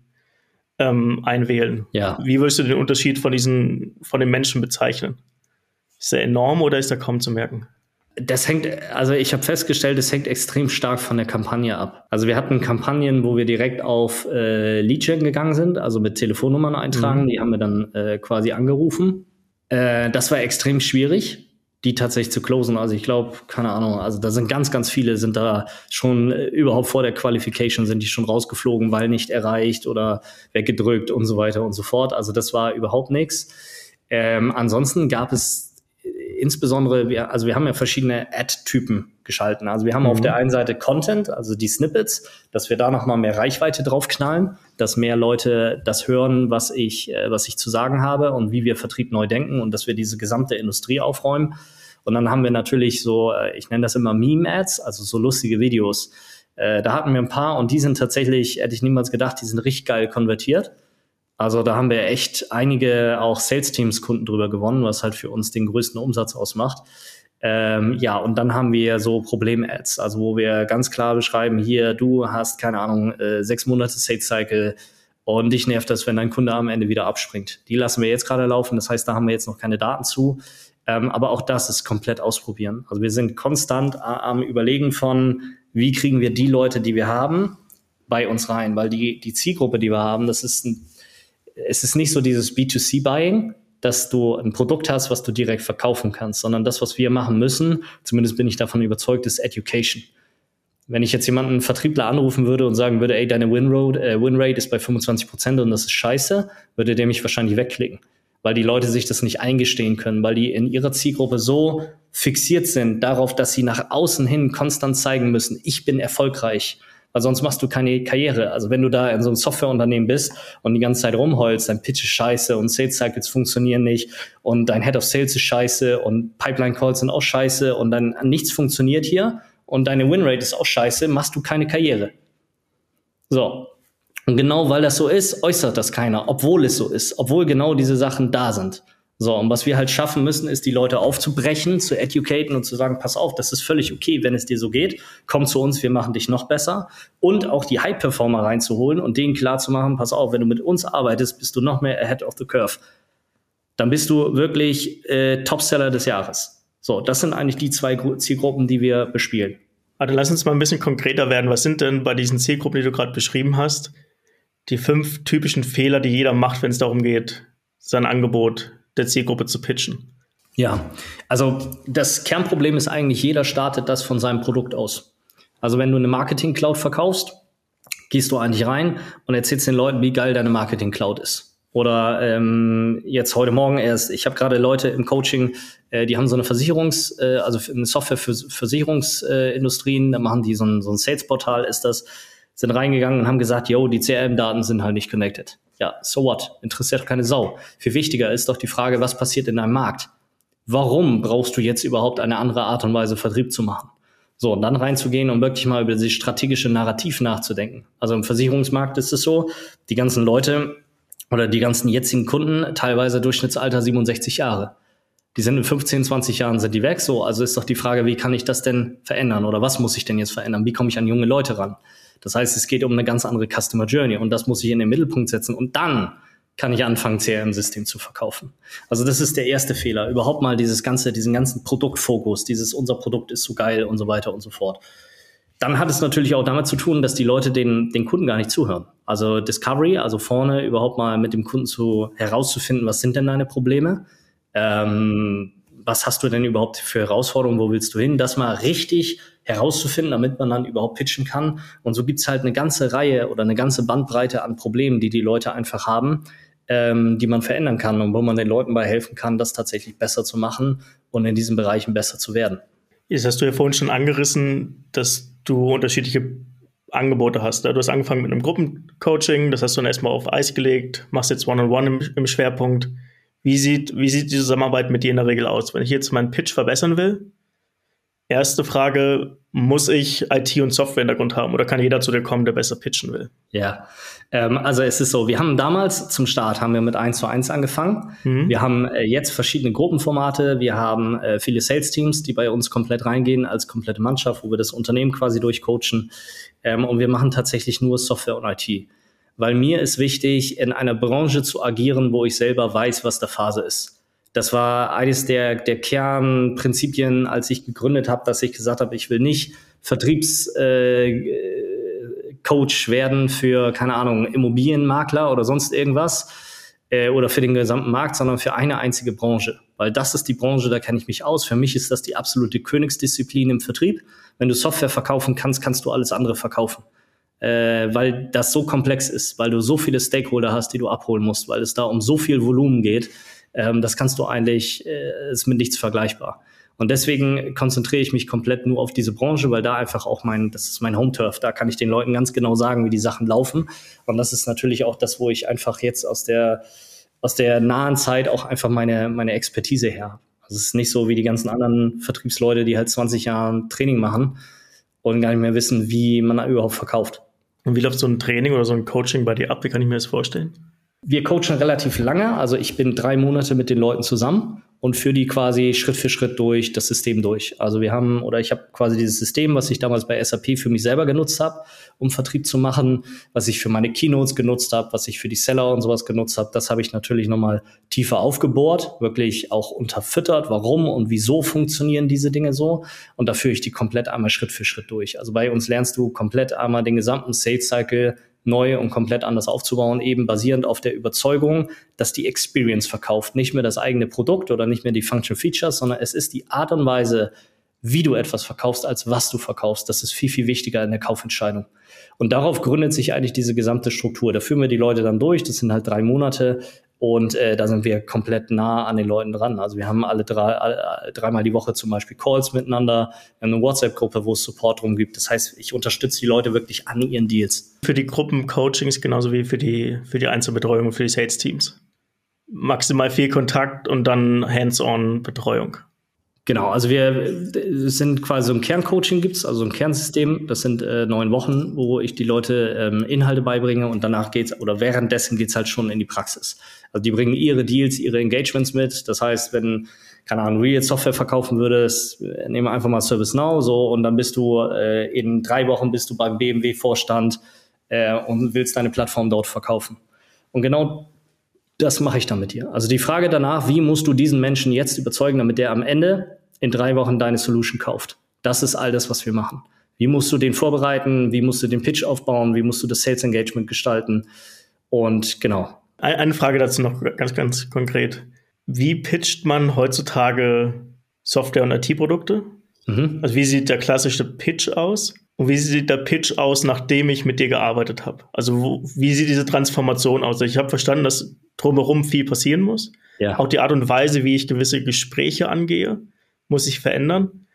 ähm, einwählen? Ja. Wie würdest du den Unterschied von diesen, von den Menschen bezeichnen? Ist der enorm oder ist der kaum zu merken? Das hängt, also ich habe festgestellt, es hängt extrem stark von der Kampagne ab. Also wir hatten Kampagnen, wo wir direkt auf äh, Lead-Gen gegangen sind, also mit Telefonnummern eintragen, mhm. die haben wir dann äh, quasi angerufen. Äh, das war extrem schwierig, die tatsächlich zu closen. Also ich glaube, keine Ahnung, also da sind ganz, ganz viele, sind da schon äh, überhaupt vor der Qualification, sind die schon rausgeflogen, weil nicht erreicht oder weggedrückt und so weiter und so fort. Also das war überhaupt nichts. Ähm, ansonsten gab es insbesondere, wir, also wir haben ja verschiedene Ad-Typen geschalten. Also wir haben mhm. auf der einen Seite Content, also die Snippets, dass wir da nochmal mehr Reichweite draufknallen, dass mehr Leute das hören, was ich, äh, was ich zu sagen habe und wie wir Vertrieb neu denken und dass wir diese gesamte Industrie aufräumen. Und dann haben wir natürlich so, äh, ich nenne das immer Meme-Ads, also so lustige Videos. Äh, da hatten wir ein paar und die sind tatsächlich, hätte ich niemals gedacht, die sind richtig geil konvertiert. Also da haben wir echt einige auch Sales-Teams-Kunden drüber gewonnen, was halt für uns den größten Umsatz ausmacht. Ähm, ja, und dann haben wir so Problem-Ads, also wo wir ganz klar beschreiben, hier, du hast, keine Ahnung, äh, sechs Monate Sales-Cycle und dich nervt das, wenn dein Kunde am Ende wieder abspringt. Die lassen wir jetzt gerade laufen, das heißt, da haben wir jetzt noch keine Daten zu. Ähm, aber auch das ist komplett ausprobieren. Also wir sind konstant am Überlegen von, wie kriegen wir die Leute, die wir haben, bei uns rein, weil die, die Zielgruppe, die wir haben, das ist ein es ist nicht so dieses B zwei C-Buying, dass du ein Produkt hast, was du direkt verkaufen kannst, sondern das, was wir machen müssen, zumindest bin ich davon überzeugt, ist Education. Wenn ich jetzt jemanden, einen Vertriebler anrufen würde und sagen würde, ey, deine Winrate, äh, Winrate ist bei fünfundzwanzig Prozent und das ist scheiße, würde der mich wahrscheinlich wegklicken, weil die Leute sich das nicht eingestehen können, weil die in ihrer Zielgruppe so fixiert sind darauf, dass sie nach außen hin konstant zeigen müssen, ich bin erfolgreich. Weil sonst machst du keine Karriere. Also wenn du da in so einem Softwareunternehmen bist und die ganze Zeit rumheulst, dein Pitch ist scheiße und Sales Cycles funktionieren nicht und dein Head of Sales ist scheiße und Pipeline Calls sind auch scheiße und dann nichts funktioniert hier und deine Winrate ist auch scheiße, machst du keine Karriere. So. Und genau weil das so ist, äußert das keiner, obwohl es so ist, obwohl genau diese Sachen da sind. So, und was wir halt schaffen müssen, ist, die Leute aufzubrechen, zu educaten und zu sagen, pass auf, das ist völlig okay, wenn es dir so geht. Komm zu uns, wir machen dich noch besser. Und auch die High-Performer reinzuholen und denen klarzumachen, pass auf, wenn du mit uns arbeitest, bist du noch mehr ahead of the curve. Dann bist du wirklich äh, Topseller des Jahres. So, das sind eigentlich die zwei Zielgruppen, die wir bespielen. Also lass uns mal ein bisschen konkreter werden. Was sind denn bei diesen Zielgruppen, die du gerade beschrieben hast, die fünf typischen Fehler, die jeder macht, wenn es darum geht, sein Angebot der Zielgruppe zu pitchen? Ja, also das Kernproblem ist eigentlich, jeder startet das von seinem Produkt aus. Also wenn du eine Marketing-Cloud verkaufst, gehst du eigentlich rein und erzählst den Leuten, wie geil deine Marketing-Cloud ist. Oder ähm, jetzt heute Morgen erst, ich habe gerade Leute im Coaching, äh, die haben so eine Versicherungs-, äh, also eine Software für Versicherungsindustrien, äh, da machen die so ein, so ein Sales-Portal ist das. sind reingegangen und haben gesagt, yo, die C R M-Daten sind halt nicht connected. Ja, so what? Interessiert doch keine Sau. Viel wichtiger ist doch die Frage, was passiert in deinem Markt? Warum brauchst du jetzt überhaupt eine andere Art und Weise, Vertrieb zu machen? So, und dann reinzugehen und wirklich mal über das strategische Narrativ nachzudenken. Also im Versicherungsmarkt ist es so, die ganzen Leute oder die ganzen jetzigen Kunden, teilweise Durchschnittsalter siebenundsechzig Jahre. Die sind in fünfzehn, zwanzig Jahren sind die weg. So, also ist doch die Frage, wie kann ich das denn verändern oder was muss ich denn jetzt verändern? Wie komme ich an junge Leute ran? Das heißt, es geht um eine ganz andere Customer Journey und das muss ich in den Mittelpunkt setzen und dann kann ich anfangen, C R M-System zu verkaufen. Also das ist der erste Fehler. Überhaupt mal dieses ganze, diesen ganzen Produktfokus, dieses unser Produkt ist so geil und so weiter und so fort. Dann hat es natürlich auch damit zu tun, dass die Leute den, den Kunden gar nicht zuhören. Also Discovery, also vorne überhaupt mal mit dem Kunden zu herauszufinden, was sind denn deine Probleme? Ähm, was hast du denn überhaupt für Herausforderungen, wo willst du hin? Das mal richtig herauszufinden, damit man dann überhaupt pitchen kann. Und so gibt's halt eine ganze Reihe oder eine ganze Bandbreite an Problemen, die die Leute einfach haben, ähm, die man verändern kann und wo man den Leuten bei helfen kann, das tatsächlich besser zu machen und in diesen Bereichen besser zu werden. Jetzt hast du ja vorhin schon angerissen, dass du unterschiedliche Angebote hast. Du hast angefangen mit einem Gruppencoaching, das hast du dann erstmal auf Eis gelegt, machst jetzt One-on-One im, im Schwerpunkt. Wie sieht, wie sieht die Zusammenarbeit mit dir in der Regel aus? Wenn ich jetzt meinen Pitch verbessern will, erste Frage, muss ich I T und Software-Hintergrund haben oder kann jeder zu dir kommen, der besser pitchen will? Ja, ähm, also es ist so, wir haben damals zum Start haben wir mit eins zu eins angefangen. Mhm. Wir haben äh, jetzt verschiedene Gruppenformate. Wir haben äh, viele Sales-Teams, die bei uns komplett reingehen als komplette Mannschaft, wo wir das Unternehmen quasi durchcoachen. Ähm, und wir machen tatsächlich nur Software und I T. Weil mir ist wichtig, in einer Branche zu agieren, wo ich selber weiß, was der Phase ist. Das war eines der, der Kernprinzipien, als ich gegründet habe, dass ich gesagt habe, ich will nicht Vertriebscoach äh, werden für, keine Ahnung, Immobilienmakler oder sonst irgendwas äh, oder für den gesamten Markt, sondern für eine einzige Branche. Weil das ist die Branche, da kenne ich mich aus. Für mich ist das die absolute Königsdisziplin im Vertrieb. Wenn du Software verkaufen kannst, kannst du alles andere verkaufen. Äh, weil das so komplex ist, weil du so viele Stakeholder hast, die du abholen musst, weil es da um so viel Volumen geht, ähm, das kannst du eigentlich, äh, ist mit nichts vergleichbar. Und deswegen konzentriere ich mich komplett nur auf diese Branche, weil da einfach auch mein, das ist mein Home-Turf, da kann ich den Leuten ganz genau sagen, wie die Sachen laufen. Und das ist natürlich auch das, wo ich einfach jetzt aus der, aus der nahen Zeit auch einfach meine, meine Expertise her habe. Also es ist nicht so wie die ganzen anderen Vertriebsleute, die halt zwanzig Jahre Training machen und gar nicht mehr wissen, wie man da überhaupt verkauft. Und wie läuft so ein Training oder so ein Coaching bei dir ab? Wie kann ich mir das vorstellen? Wir coachen relativ lange. Also ich bin drei Monate mit den Leuten zusammen und führe die quasi Schritt für Schritt durch das System durch. Also wir haben, oder ich habe quasi dieses System, was ich damals bei S A P für mich selber genutzt habe, um Vertrieb zu machen, was ich für meine Keynotes genutzt habe, was ich für die Seller und sowas genutzt habe, das habe ich natürlich nochmal tiefer aufgebohrt, wirklich auch unterfüttert, warum und wieso funktionieren diese Dinge so. Und da führe ich die komplett einmal Schritt für Schritt durch. Also bei uns lernst du komplett einmal den gesamten Sales Cycle neu und komplett anders aufzubauen, eben basierend auf der Überzeugung, dass die Experience verkauft, nicht mehr das eigene Produkt oder nicht mehr die Function Features, sondern es ist die Art und Weise, wie du etwas verkaufst, als was du verkaufst. Das ist viel, viel wichtiger in der Kaufentscheidung. Und darauf gründet sich eigentlich diese gesamte Struktur. Da führen wir die Leute dann durch, das sind halt drei Monate und äh, da sind wir komplett nah an den Leuten dran. Also wir haben alle drei, alle, dreimal die Woche zum Beispiel Calls miteinander, wir haben eine WhatsApp-Gruppe, wo es Support drum gibt. Das heißt, ich unterstütze die Leute wirklich an ihren Deals. Für die Gruppencoachings genauso wie für die, für die Einzelbetreuung und für die Sales-Teams. Maximal viel Kontakt und dann Hands-on-Betreuung. Genau, also wir sind quasi so ein Kerncoaching gibt's, also ein Kernsystem. Das sind äh, neun Wochen, wo ich die Leute ähm, Inhalte beibringe und danach geht's oder währenddessen geht's halt schon in die Praxis. Also die bringen ihre Deals, ihre Engagements mit. Das heißt, wenn, keine Ahnung, du jetzt Software verkaufen würdest, nehmen wir einfach mal ServiceNow so und dann bist du äh, in drei Wochen bist du beim B M W-Vorstand äh, und willst deine Plattform dort verkaufen. Und genau das mache ich dann mit dir. Also die Frage danach, wie musst du diesen Menschen jetzt überzeugen, damit der am Ende in drei Wochen deine Solution kauft? Das ist all das, was wir machen. Wie musst du den vorbereiten? Wie musst du den Pitch aufbauen? Wie musst du das Sales Engagement gestalten? Und genau. Eine Frage dazu noch ganz, ganz konkret. Wie pitcht man heutzutage Software- und I T-Produkte? Mhm. Also wie sieht der klassische Pitch aus? Und wie sieht der Pitch aus, nachdem ich mit dir gearbeitet habe? Also wo, wie sieht diese Transformation aus? Ich habe verstanden, dass drumherum viel passieren muss. Ja. Auch die Art und Weise, wie ich gewisse Gespräche angehe, muss sich verändern.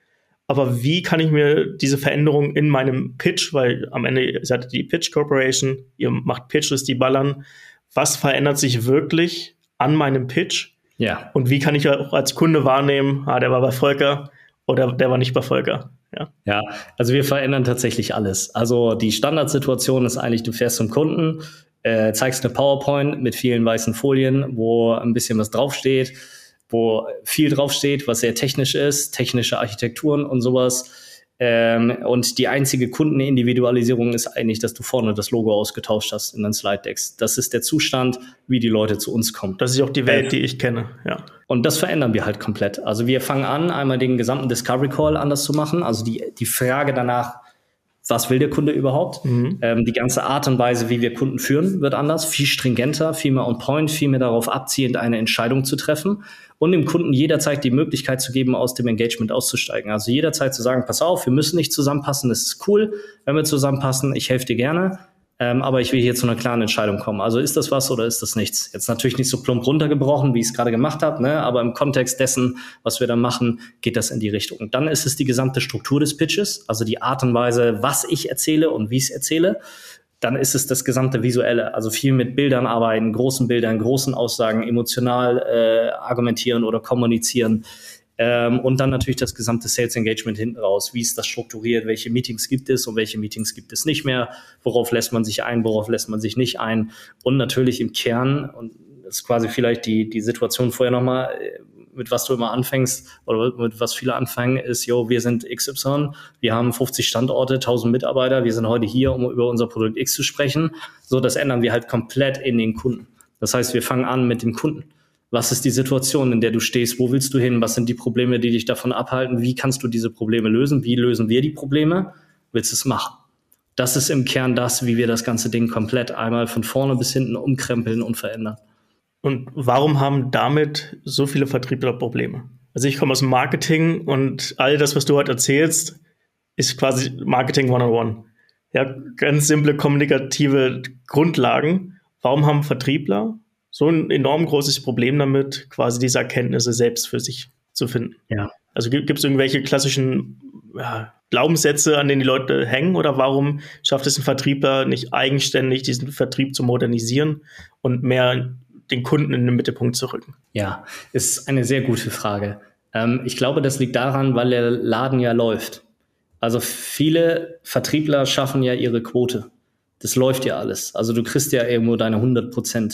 aber wie kann ich mir diese Veränderung in meinem Pitch, weil am Ende, ihr seid die Pitch Corporation, ihr macht Pitches, die ballern, was verändert sich wirklich an meinem Pitch? Ja. Und wie kann ich auch als Kunde wahrnehmen, ah, der war bei Volker oder der war nicht bei Volker? Ja. Ja, also wir verändern tatsächlich alles. Also die Standardsituation ist eigentlich, du fährst zum Kunden, äh, zeigst eine PowerPoint mit vielen weißen Folien, wo ein bisschen was draufsteht, wo viel draufsteht, was sehr technisch ist, technische Architekturen und sowas. Ähm, und die einzige Kundenindividualisierung ist eigentlich, dass du vorne das Logo ausgetauscht hast in den Slide-Decks. Das ist der Zustand, wie die Leute zu uns kommen. Das ist auch die Welt, die ich kenne, ja. Und das verändern wir halt komplett. Also wir fangen an, einmal den gesamten Discovery Call anders zu machen. Also die, die Frage danach, was will der Kunde überhaupt? Mhm. Ähm, die ganze Art und Weise, wie wir Kunden führen, wird anders, viel stringenter, viel mehr on point, viel mehr darauf abzielend, eine Entscheidung zu treffen und dem Kunden jederzeit die Möglichkeit zu geben, aus dem Engagement auszusteigen. Also jederzeit zu sagen, pass auf, wir müssen nicht zusammenpassen, das ist cool, wenn wir zusammenpassen, ich helfe dir gerne, ähm, aber ich will hier zu einer klaren Entscheidung kommen. Also ist das was oder ist das nichts? Jetzt natürlich nicht so plump runtergebrochen, wie ich es gerade gemacht habe, ne? Aber im Kontext dessen, was wir da machen, geht das in die Richtung. Und dann ist es die gesamte Struktur des Pitches, also die Art und Weise, was ich erzähle und wie ich es erzähle. Dann ist es das gesamte Visuelle, also viel mit Bildern arbeiten, großen Bildern, großen Aussagen, emotional äh, argumentieren oder kommunizieren. Ähm, und dann natürlich das gesamte Sales Engagement hinten raus. Wie ist das strukturiert? Welche Meetings gibt es und welche Meetings gibt es nicht mehr? Worauf lässt man sich ein? Worauf lässt man sich nicht ein? Und natürlich im Kern, und das ist quasi vielleicht die, die Situation vorher nochmal, mit was du immer anfängst oder mit was viele anfangen, ist, jo, wir sind X Y, wir haben fünfzig Standorte, tausend Mitarbeiter, wir sind heute hier, um über unser Produkt X zu sprechen. So, das ändern wir halt komplett in den Kunden. Das heißt, wir fangen an mit dem Kunden. Was ist die Situation, in der du stehst? Wo willst du hin? Was sind die Probleme, die dich davon abhalten? Wie kannst du diese Probleme lösen? Wie lösen wir die Probleme? Willst du es machen? Das ist im Kern das, wie wir das ganze Ding komplett einmal von vorne bis hinten umkrempeln und verändern. Und warum haben damit so viele Vertriebler Probleme? Also ich komme aus dem Marketing und all das, was du heute erzählst, ist quasi Marketing one oh one. Ja, ganz simple kommunikative Grundlagen. Warum haben Vertriebler so ein enorm großes Problem damit, quasi diese Erkenntnisse selbst für sich zu finden? Ja. Also gibt es irgendwelche klassischen ja, Glaubenssätze, an denen die Leute hängen? Oder warum schafft es ein Vertriebler nicht eigenständig, diesen Vertrieb zu modernisieren und mehr den Kunden in den Mittelpunkt zu rücken? Ja, ist eine sehr gute Frage. Ähm, ich glaube, das liegt daran, weil der Laden ja läuft. Also viele Vertriebler schaffen ja ihre Quote. Das läuft ja alles. Also du kriegst ja irgendwo deine hundert Prozent.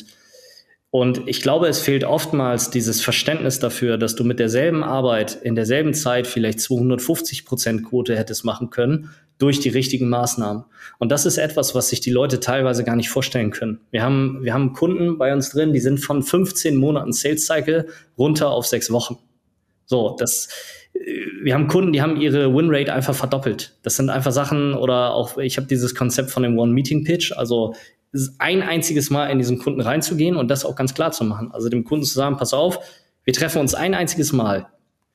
Und ich glaube, es fehlt oftmals dieses Verständnis dafür, dass du mit derselben Arbeit in derselben Zeit vielleicht zweihundertfünfzig Prozent Quote hättest machen können durch die richtigen Maßnahmen. Und das ist etwas, was sich die Leute teilweise gar nicht vorstellen können. Wir haben, wir haben Kunden bei uns drin, die sind von fünfzehn Monaten Sales Cycle runter auf sechs Wochen. So, das, wir haben Kunden, die haben ihre Winrate einfach verdoppelt. Das sind einfach Sachen, oder auch, ich habe dieses Konzept von dem One-Meeting-Pitch, also ein einziges Mal in diesen Kunden reinzugehen und das auch ganz klar zu machen. Also dem Kunden zu sagen, pass auf, wir treffen uns ein einziges Mal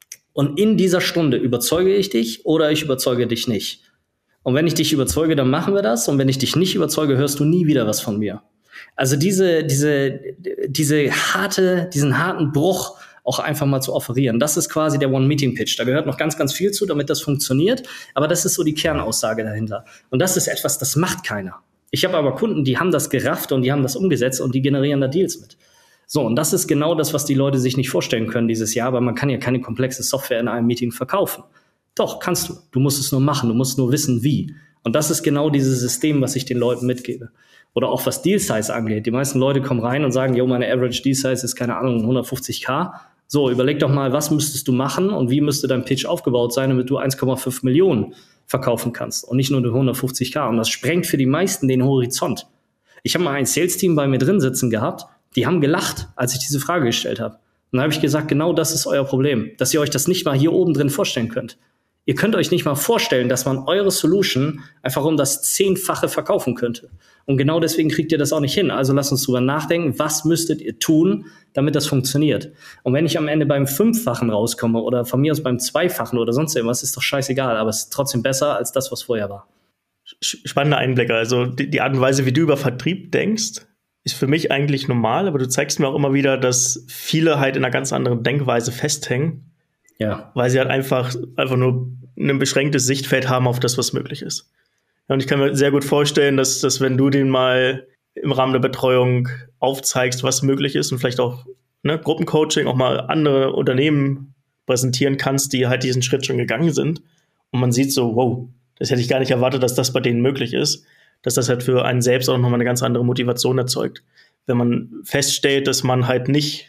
und in dieser Stunde überzeuge ich dich oder ich überzeuge dich nicht. Und wenn ich dich überzeuge, dann machen wir das, und wenn ich dich nicht überzeuge, hörst du nie wieder was von mir. Also diese, diese, diese harte, diesen harten Bruch auch einfach mal zu offerieren. Das ist quasi der One-Meeting-Pitch. Da gehört noch ganz, ganz viel zu, damit das funktioniert. Aber das ist so die Kernaussage dahinter. Und das ist etwas, das macht keiner. Ich habe aber Kunden, die haben das gerafft und die haben das umgesetzt und die generieren da Deals mit. So, und das ist genau das, was die Leute sich nicht vorstellen können dieses Jahr, aber man kann ja keine komplexe Software in einem Meeting verkaufen. Doch, kannst du. Du musst es nur machen, du musst nur wissen, wie. Und das ist genau dieses System, was ich den Leuten mitgebe. Oder auch was Deal Size angeht. Die meisten Leute kommen rein und sagen, jo, meine Average Deal Size ist, keine Ahnung, hundertfünfzig K. So, überleg doch mal, was müsstest du machen und wie müsste dein Pitch aufgebaut sein, damit du eins Komma fünf Millionen verkaufen kannst und nicht nur die hundertfünfzig K. Und das sprengt für die meisten den Horizont. Ich habe mal ein Sales-Team bei mir drin sitzen gehabt, die haben gelacht, als ich diese Frage gestellt habe. Und dann habe ich gesagt, genau das ist euer Problem, dass ihr euch das nicht mal hier oben drin vorstellen könnt. Ihr könnt euch nicht mal vorstellen, dass man eure Solution einfach um das Zehnfache verkaufen könnte. Und genau deswegen kriegt ihr das auch nicht hin. Also lasst uns drüber nachdenken, was müsstet ihr tun, damit das funktioniert. Und wenn ich am Ende beim Fünffachen rauskomme oder von mir aus beim Zweifachen oder sonst irgendwas, ist doch scheißegal. Aber es ist trotzdem besser als das, was vorher war. Spannende Einblicke. Also die, die Art und Weise, wie du über Vertrieb denkst, ist für mich eigentlich normal. Aber du zeigst mir auch immer wieder, dass viele halt in einer ganz anderen Denkweise festhängen. Ja. Weil sie halt einfach, einfach nur ein beschränktes Sichtfeld haben auf das, was möglich ist. Ja, und ich kann mir sehr gut vorstellen, dass, dass wenn du den mal im Rahmen der Betreuung aufzeigst, was möglich ist und vielleicht auch ne, Gruppencoaching, auch mal andere Unternehmen präsentieren kannst, die halt diesen Schritt schon gegangen sind. Und man sieht so, wow, das hätte ich gar nicht erwartet, dass das bei denen möglich ist, dass das halt für einen selbst auch nochmal eine ganz andere Motivation erzeugt. Wenn man feststellt, dass man halt nicht,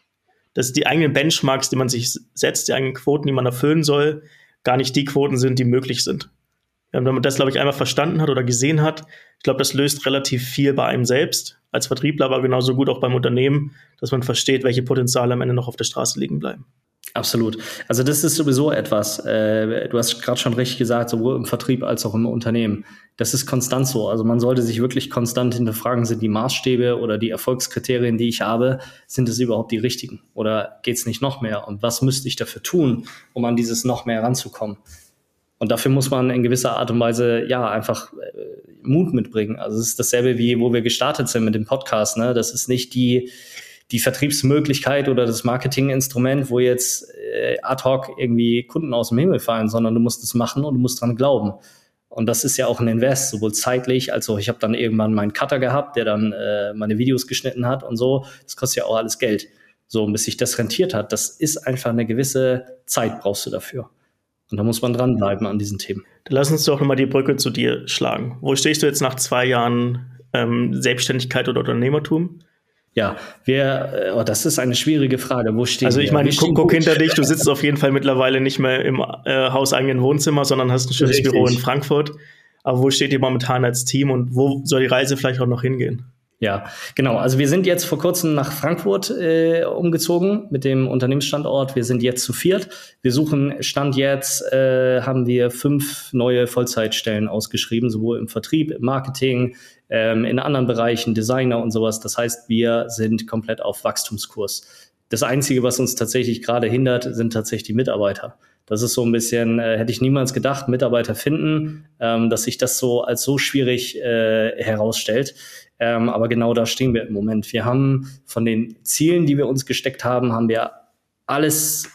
dass die eigenen Benchmarks, die man sich setzt, die eigenen Quoten, die man erfüllen soll, gar nicht die Quoten sind, die möglich sind. Und wenn man das, glaube ich, einmal verstanden hat oder gesehen hat, ich glaube, das löst relativ viel bei einem selbst, als Vertriebler, aber genauso gut auch beim Unternehmen, dass man versteht, welche Potenziale am Ende noch auf der Straße liegen bleiben. Absolut. Also das ist sowieso etwas, äh, du hast gerade schon richtig gesagt, sowohl im Vertrieb als auch im Unternehmen. Das ist konstant so. Also man sollte sich wirklich konstant hinterfragen, sind die Maßstäbe oder die Erfolgskriterien, die ich habe, sind es überhaupt die richtigen? Oder geht es nicht noch mehr? Und was müsste ich dafür tun, um an dieses noch mehr ranzukommen? Und dafür muss man in gewisser Art und Weise ja einfach äh, Mut mitbringen. Also es ist dasselbe wie, wo wir gestartet sind mit dem Podcast. Ne? Das ist nicht die die Vertriebsmöglichkeit oder das Marketinginstrument, wo jetzt äh, ad hoc irgendwie Kunden aus dem Himmel fallen, sondern du musst es machen und du musst dran glauben. Und das ist ja auch ein Invest, sowohl zeitlich, als auch ich habe dann irgendwann meinen Cutter gehabt, der dann äh, meine Videos geschnitten hat und so. Das kostet ja auch alles Geld. So, und bis sich das rentiert hat, das ist einfach eine gewisse Zeit brauchst du dafür. Und da muss man dranbleiben an diesen Themen. Dann lass uns doch nochmal die Brücke zu dir schlagen. Wo stehst du jetzt nach zwei Jahren ähm, Selbstständigkeit oder Unternehmertum? Ja, wir, oh, das ist eine schwierige Frage. Wo stehen wir? Also ich meine, guck, guck hinter dich, du sitzt auf jeden Fall mittlerweile nicht mehr im äh, hauseigenen Wohnzimmer, sondern hast ein schönes Richtig. Büro in Frankfurt. Aber wo steht ihr momentan als Team und wo soll die Reise vielleicht auch noch hingehen? Ja, genau. Also wir sind jetzt vor kurzem nach Frankfurt äh, umgezogen mit dem Unternehmensstandort. Wir sind jetzt zu viert. Wir suchen, Stand jetzt, äh, haben wir fünf neue Vollzeitstellen ausgeschrieben, sowohl im Vertrieb, im Marketing, ähm, in anderen Bereichen, Designer und sowas. Das heißt, wir sind komplett auf Wachstumskurs. Das Einzige, was uns tatsächlich gerade hindert, sind tatsächlich die Mitarbeiter. Das ist so ein bisschen, äh, hätte ich niemals gedacht, Mitarbeiter finden, ähm, dass sich das so als so schwierig äh, herausstellt. Ähm, aber genau da stehen wir im Moment. Wir haben von den Zielen, die wir uns gesteckt haben, haben wir alles,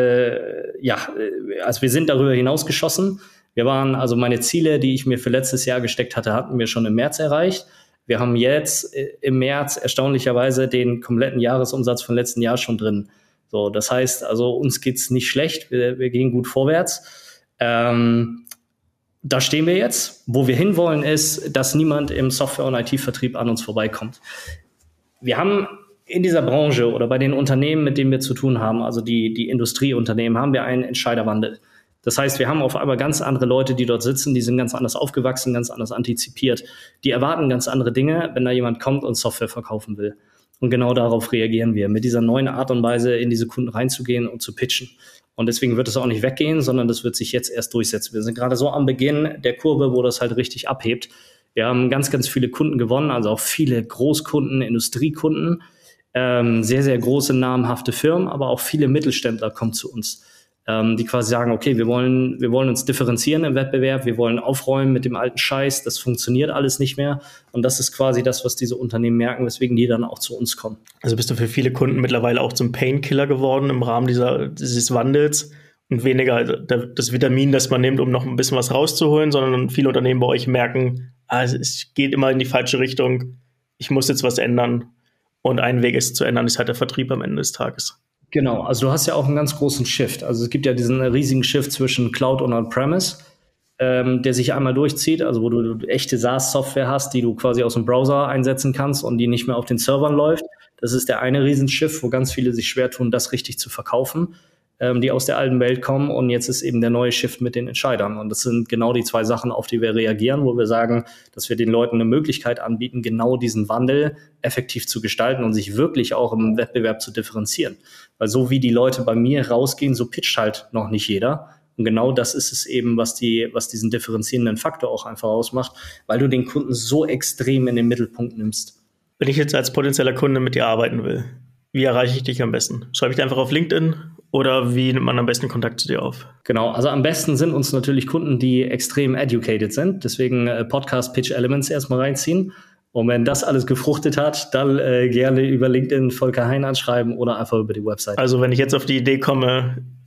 äh, ja, also wir sind darüber hinausgeschossen. Wir waren, also meine Ziele, die ich mir für letztes Jahr gesteckt hatte, hatten wir schon im März erreicht. Wir haben jetzt äh, im März erstaunlicherweise den kompletten Jahresumsatz von letzten Jahr schon drin. So, das heißt, also uns geht's nicht schlecht. Wir, wir gehen gut vorwärts. Ähm, Da stehen wir jetzt. Wo wir hinwollen, ist, dass niemand im Software- und I T-Vertrieb an uns vorbeikommt. Wir haben in dieser Branche oder bei den Unternehmen, mit denen wir zu tun haben, also die, die Industrieunternehmen, haben wir einen Entscheiderwandel. Das heißt, wir haben auf einmal ganz andere Leute, die dort sitzen, die sind ganz anders aufgewachsen, ganz anders antizipiert. Die erwarten ganz andere Dinge, wenn da jemand kommt und Software verkaufen will. Und genau darauf reagieren wir, mit dieser neuen Art und Weise in diese Kunden reinzugehen und zu pitchen. Und deswegen wird es auch nicht weggehen, sondern das wird sich jetzt erst durchsetzen. Wir sind gerade so am Beginn der Kurve, wo das halt richtig abhebt. Wir haben ganz, ganz viele Kunden gewonnen, also auch viele Großkunden, Industriekunden, ähm, sehr, sehr große, namhafte Firmen, aber auch viele Mittelständler kommen zu uns, ähm, die quasi sagen, okay, wir wollen, wir wollen uns differenzieren im Wettbewerb, wir wollen aufräumen mit dem alten Scheiß, das funktioniert alles nicht mehr. Und das ist quasi das, was diese Unternehmen merken, weswegen die dann auch zu uns kommen. Also bist du für viele Kunden mittlerweile auch zum Painkiller geworden im Rahmen dieser, dieses Wandels und weniger das Vitamin, das man nimmt, um noch ein bisschen was rauszuholen, sondern viele Unternehmen bei euch merken, ah, es geht immer in die falsche Richtung, ich muss jetzt was ändern. Und ein Weg ist zu ändern, ist halt der Vertrieb am Ende des Tages. Genau, also du hast ja auch einen ganz großen Shift. Also es gibt ja diesen riesigen Shift zwischen Cloud und On-Premise, ähm, der sich einmal durchzieht, also wo du echte SaaS-Software hast, die du quasi aus dem Browser einsetzen kannst und die nicht mehr auf den Servern läuft. Das ist der eine Riesenschiff, wo ganz viele sich schwer tun, das richtig zu verkaufen, ähm, die aus der alten Welt kommen. Und jetzt ist eben der neue Shift mit den Entscheidern. Und das sind genau die zwei Sachen, auf die wir reagieren, wo wir sagen, dass wir den Leuten eine Möglichkeit anbieten, genau diesen Wandel effektiv zu gestalten und sich wirklich auch im Wettbewerb zu differenzieren. Weil so wie die Leute bei mir rausgehen, so pitcht halt noch nicht jeder. Und genau das ist es eben, was die, was diesen differenzierenden Faktor auch einfach ausmacht, weil du den Kunden so extrem in den Mittelpunkt nimmst. Wenn ich jetzt als potenzieller Kunde mit dir arbeiten will, wie erreiche ich dich am besten? Schreibe ich dir einfach auf LinkedIn oder wie nimmt man am besten Kontakt zu dir auf? Genau, also am besten sind uns natürlich Kunden, die extrem educated sind. Deswegen äh, Podcast Pitch Elements erstmal reinziehen. Und wenn das alles gefruchtet hat, dann äh, gerne über LinkedIn Volker Hein anschreiben oder einfach über die Website. Also wenn ich jetzt auf die Idee komme,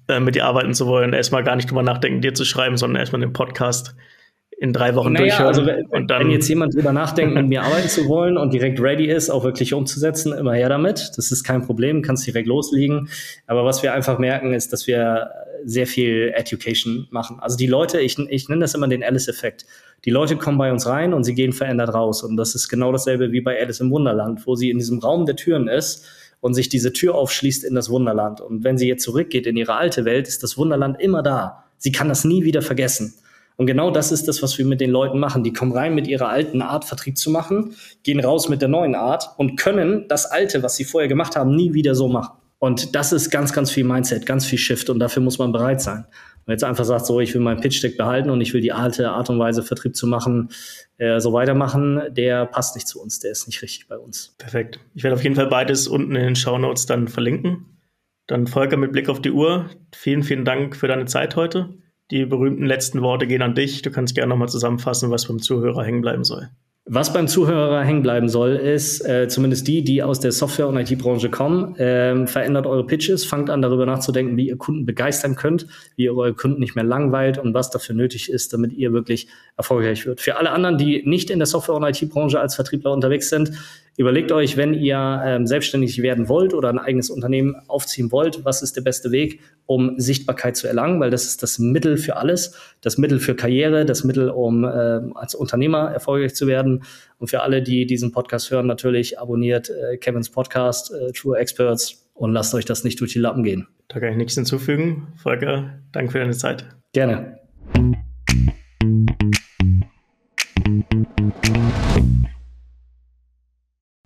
äh, mit dir arbeiten zu wollen, erstmal gar nicht drüber nachdenken, dir zu schreiben, sondern erstmal den Podcast in drei Wochen naja, durchhören. Also wenn, und dann wenn jetzt jemand drüber nachdenkt, mit mir arbeiten zu wollen und direkt ready ist, auch wirklich umzusetzen, immer her damit. Das ist kein Problem, kannst direkt loslegen. Aber was wir einfach merken, ist, dass wir sehr viel Education machen. Also die Leute, ich, ich nenne das immer den Alice-Effekt. Die Leute kommen bei uns rein und sie gehen verändert raus. Und das ist genau dasselbe wie bei Alice im Wunderland, wo sie in diesem Raum der Türen ist und sich diese Tür aufschließt in das Wunderland. Und wenn sie jetzt zurückgeht in ihre alte Welt, ist das Wunderland immer da. Sie kann das nie wieder vergessen. Und genau das ist das, was wir mit den Leuten machen. Die kommen rein mit ihrer alten Art, Vertrieb zu machen, gehen raus mit der neuen Art und können das Alte, was sie vorher gemacht haben, nie wieder so machen. Und das ist ganz, ganz viel Mindset, ganz viel Shift und dafür muss man bereit sein. Wenn jetzt einfach sagt, so, ich will mein Pitch-Deck behalten und ich will die alte Art und Weise, Vertrieb zu machen, äh, so weitermachen, der passt nicht zu uns, der ist nicht richtig bei uns. Perfekt. Ich werde auf jeden Fall beides unten in den Shownotes dann verlinken. Dann Volker, mit Blick auf die Uhr, vielen, vielen Dank für deine Zeit heute. Die berühmten letzten Worte gehen an dich. Du kannst gerne nochmal zusammenfassen, was beim Zuhörer hängen bleiben soll. Was beim Zuhörer hängen bleiben soll, ist äh, zumindest die, die aus der Software- und I T-Branche kommen, ähm, verändert eure Pitches, fangt an darüber nachzudenken, wie ihr Kunden begeistern könnt, wie ihr eure Kunden nicht mehr langweilt und was dafür nötig ist, damit ihr wirklich erfolgreich wird. Für alle anderen, die nicht in der Software- und I T-Branche als Vertriebler unterwegs sind, überlegt euch, wenn ihr ähm, selbstständig werden wollt oder ein eigenes Unternehmen aufziehen wollt, was ist der beste Weg, um Sichtbarkeit zu erlangen, weil das ist das Mittel für alles, das Mittel für Karriere, das Mittel, um äh, als Unternehmer erfolgreich zu werden. Und für alle, die diesen Podcast hören, natürlich abonniert äh, Kevins Podcast, äh, True Experts, und lasst euch das nicht durch die Lappen gehen. Da kann ich nichts hinzufügen. Volker, danke für deine Zeit. Gerne.